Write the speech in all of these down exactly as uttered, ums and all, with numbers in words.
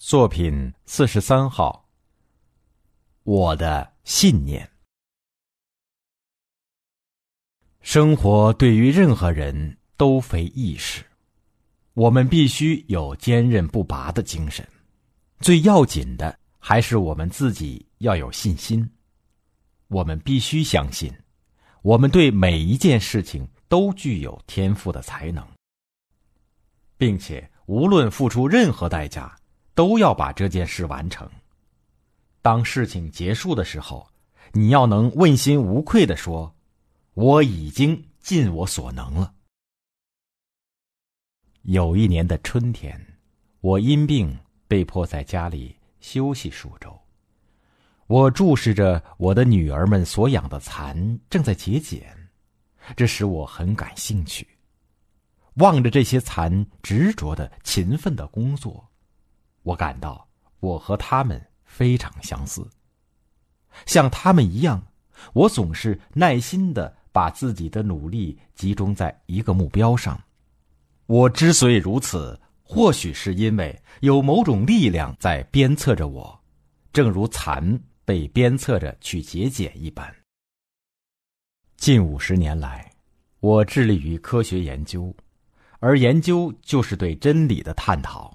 作品四十三号。我的信念。生活对于任何人都非易事，我们必须有坚韧不拔的精神。最要紧的还是我们自己要有信心。我们必须相信，我们对每一件事情都具有天赋的才能，并且无论付出任何代价，都要把这件事完成。当事情结束的时候，你要能问心无愧地说，我已经尽我所能了。有一年的春天，我因病被迫在家里休息数周。我注视着我的女儿们所养的蚕正在节俭，这使我很感兴趣。望着这些蚕执着的、勤奋的工作，我感到我和他们非常相似。像他们一样，我总是耐心地把自己的努力集中在一个目标上。我之所以如此，或许是因为有某种力量在鞭策着我，正如蚕被鞭策着去节俭一般。近五十年来，我致力于科学研究，而研究就是对真理的探讨。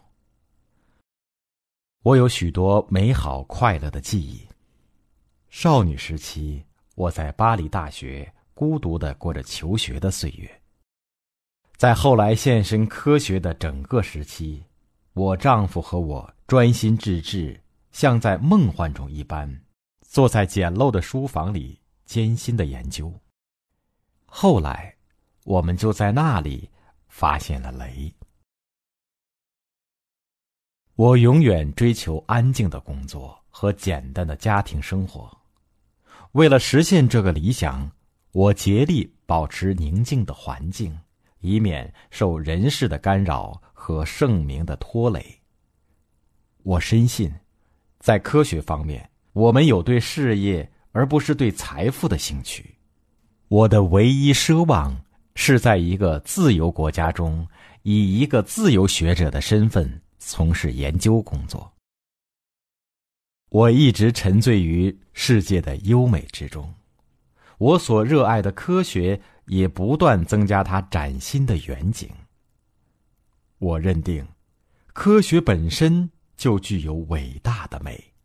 我有许多美好快乐的记忆。少女时期，我在巴黎大学孤独地过着求学的岁月。在后来献身科学的整个时期，我丈夫和我专心致志，像在梦幻中一般，坐在简陋的书房里艰辛地研究。后来，我们就在那里发现了雷。我永远追求安静的工作和简单的家庭生活。为了实现这个理想，我竭力保持宁静的环境，以免受人事的干扰和盛名的拖累。我深信，在科学方面，我们有对事业而不是对财富的兴趣。我的唯一奢望是在一个自由国家中，以一个自由学者的身份从事研究工作。我一直沉醉于世界的优美之中，我所热爱的科学也不断增加它崭新的远景。我认定，科学本身就具有伟大的美。